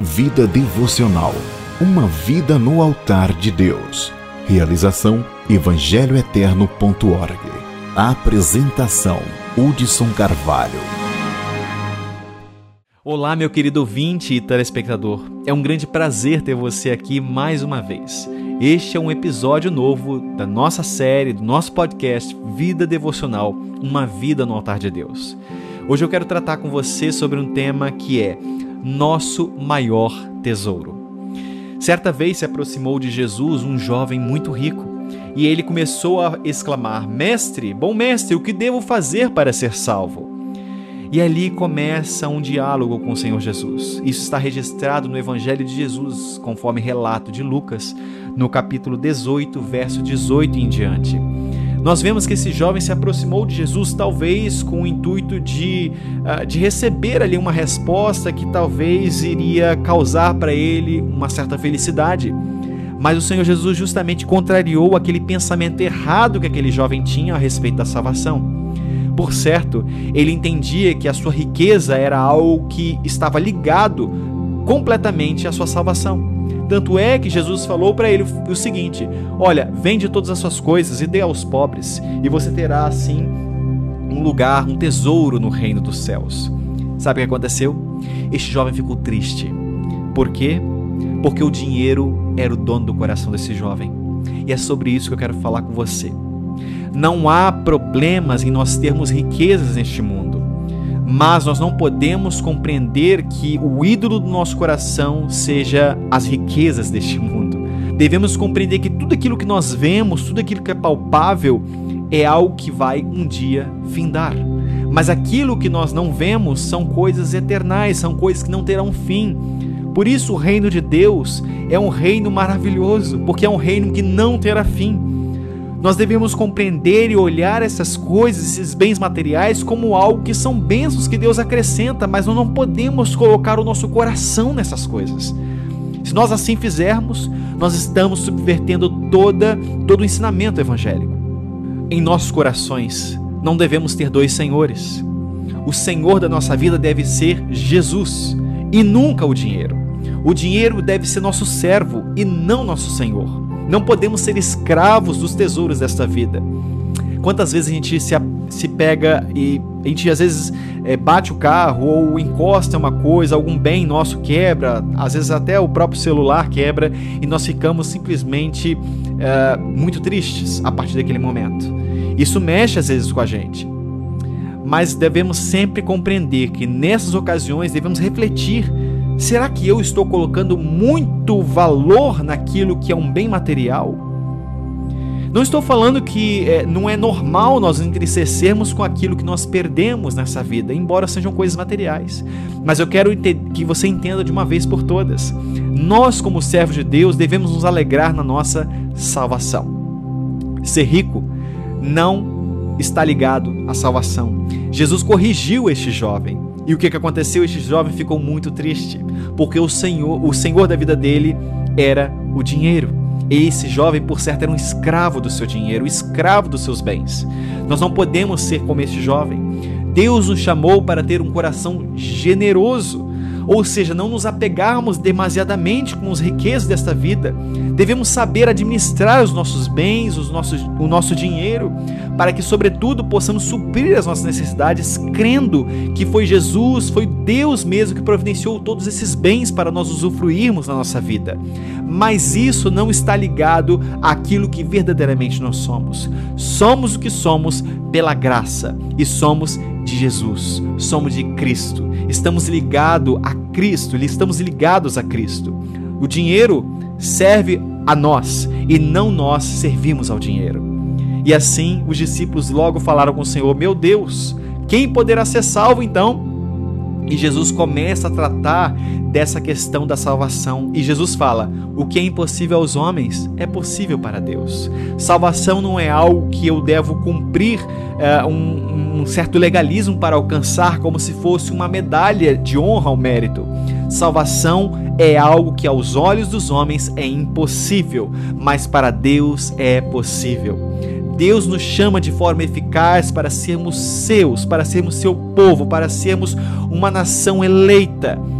Vida devocional. Uma vida no altar de Deus. Realização evangelhoeterno.org. Apresentação Hudson Carvalho. Olá, meu querido ouvinte e telespectador. É um grande prazer ter você aqui mais uma vez. Este é um episódio novo da nossa série, do nosso podcast Vida Devocional, uma vida no altar de Deus. Hoje eu quero tratar com você sobre um tema que é nosso maior tesouro. Certa vez se aproximou de Jesus um jovem muito rico e ele começou a exclamar: Mestre, bom mestre, o que devo fazer para ser salvo? E ali começa um diálogo com o Senhor Jesus. Isso está registrado no Evangelho de Jesus, conforme relato de Lucas, no capítulo 18, verso 18 em diante. Nós vemos que esse jovem se aproximou de Jesus talvez com o intuito de receber ali uma resposta que talvez iria causar para ele uma certa felicidade. Mas o Senhor Jesus justamente contrariou aquele pensamento errado que aquele jovem tinha a respeito da salvação. Por certo, ele entendia que a sua riqueza era algo que estava ligado completamente à sua salvação. Tanto é que Jesus falou para ele o seguinte: olha, vende todas as suas coisas e dê aos pobres, e você terá assim um lugar, um tesouro no reino dos céus. Sabe o que aconteceu? Este jovem ficou triste. Por quê? Porque o dinheiro era o dono do coração desse jovem. E é sobre isso que eu quero falar com você. Não há problemas em nós termos riquezas neste mundo, mas nós não podemos compreender que o ídolo do nosso coração seja as riquezas deste mundo. Devemos compreender que tudo aquilo que nós vemos, tudo aquilo que é palpável, é algo que vai um dia findar. Mas aquilo que nós não vemos são coisas eternais, são coisas que não terão fim. Por isso o reino de Deus é um reino maravilhoso, porque é um reino que não terá fim. Nós devemos compreender e olhar essas coisas, esses bens materiais, como algo que são bênçãos que Deus acrescenta, mas nós não podemos colocar o nosso coração nessas coisas. Se nós assim fizermos, nós estamos subvertendo todo o ensinamento evangélico. Em nossos corações, não devemos ter dois senhores. O Senhor da nossa vida deve ser Jesus e nunca o dinheiro. O dinheiro deve ser nosso servo e não nosso Senhor. Não podemos ser escravos dos tesouros desta vida. Quantas vezes a gente se pega e a gente às vezes bate o carro ou encosta uma coisa, algum bem nosso quebra, às vezes até o próprio celular quebra e nós ficamos simplesmente muito tristes a partir daquele momento. Isso mexe às vezes com a gente. Mas devemos sempre compreender que nessas ocasiões devemos refletir: será que eu estou colocando muito valor naquilo que é um bem material? Não estou falando que não é normal nós entristecermos com aquilo que nós perdemos nessa vida, embora sejam coisas materiais. Mas eu quero que você entenda de uma vez por todas. Nós, como servos de Deus, devemos nos alegrar na nossa salvação. Ser rico não está ligado à salvação. Jesus corrigiu este jovem. E o que aconteceu? Este jovem ficou muito triste, porque o Senhor da vida dele era o dinheiro. Esse jovem, por certo, era um escravo do seu dinheiro, escravo dos seus bens. Nós não podemos ser como este jovem. Deus nos chamou para ter um coração generoso, ou seja, não nos apegarmos demasiadamente com as riquezas desta vida. Devemos saber administrar os nossos bens, o nosso dinheiro, para que, sobretudo, possamos suprir as nossas necessidades, crendo que foi Jesus, foi Deus mesmo que providenciou todos esses bens para nós usufruirmos na nossa vida. Mas isso não está ligado àquilo que verdadeiramente nós somos. Somos o que somos pela graça e somos de Jesus, somos de Cristo, estamos ligados a Cristo, estamos ligados a Cristo. O dinheiro serve a nós e não nós servimos ao dinheiro. E assim os discípulos logo falaram com o Senhor: meu Deus, quem poderá ser salvo então? E Jesus começa a tratar dessa questão da salvação. E Jesus fala: o que é impossível aos homens é possível para Deus. Salvação não é algo que eu devo cumprir um certo legalismo para alcançar, como se fosse uma medalha de honra ao mérito. Salvação é algo que aos olhos dos homens é impossível, mas para Deus é possível. Deus nos chama de forma eficaz para sermos seus, para sermos seu povo, para sermos uma nação eleita.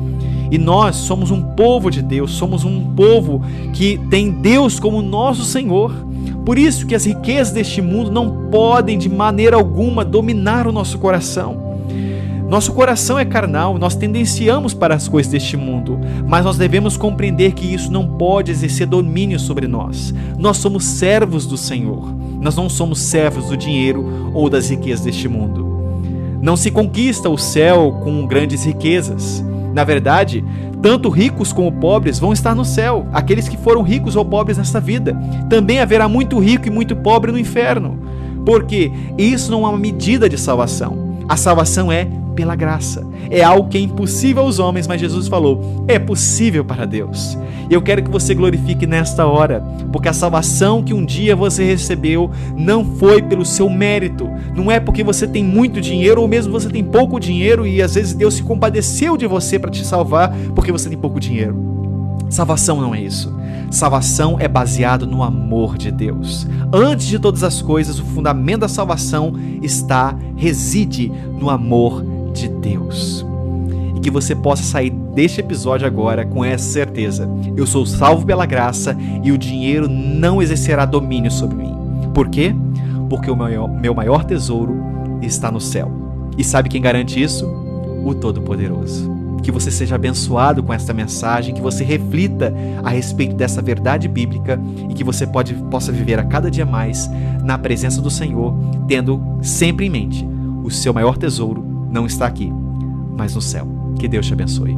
E nós somos um povo de Deus, somos um povo que tem Deus como nosso Senhor. Por isso que as riquezas deste mundo não podem de maneira alguma dominar o nosso coração. Nosso coração é carnal, nós tendenciamos para as coisas deste mundo, mas nós devemos compreender que isso não pode exercer domínio sobre nós. Nós somos servos do Senhor, nós não somos servos do dinheiro ou das riquezas deste mundo. Não se conquista o céu com grandes riquezas. Na verdade, tanto ricos como pobres vão estar no céu, aqueles que foram ricos ou pobres nesta vida. Também haverá muito rico e muito pobre no inferno, porque isso não é uma medida de salvação. A salvação é pela graça. É algo que é impossível aos homens, mas Jesus falou, é possível para Deus. E eu quero que você glorifique nesta hora, porque a salvação que um dia você recebeu não foi pelo seu mérito, não é porque você tem muito dinheiro ou mesmo você tem pouco dinheiro e às vezes Deus se compadeceu de você para te salvar porque você tem pouco dinheiro. Salvação não é isso. Salvação é baseado no amor de Deus. Antes de todas as coisas, o fundamento da salvação reside no amor de Deus. E que você possa sair deste episódio agora com essa certeza. Eu sou salvo pela graça e o dinheiro não exercerá domínio sobre mim. Por quê? Porque o meu maior tesouro está no céu. E sabe quem garante isso? O Todo-Poderoso. Que você seja abençoado com esta mensagem, que você reflita a respeito dessa verdade bíblica e que você possa viver a cada dia mais na presença do Senhor, tendo sempre em mente, o seu maior tesouro não está aqui, mas no céu. Que Deus te abençoe.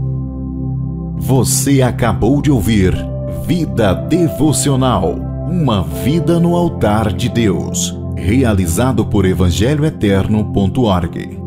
Você acabou de ouvir Vida Devocional, uma vida no altar de Deus, realizado por evangelhoeterno.org.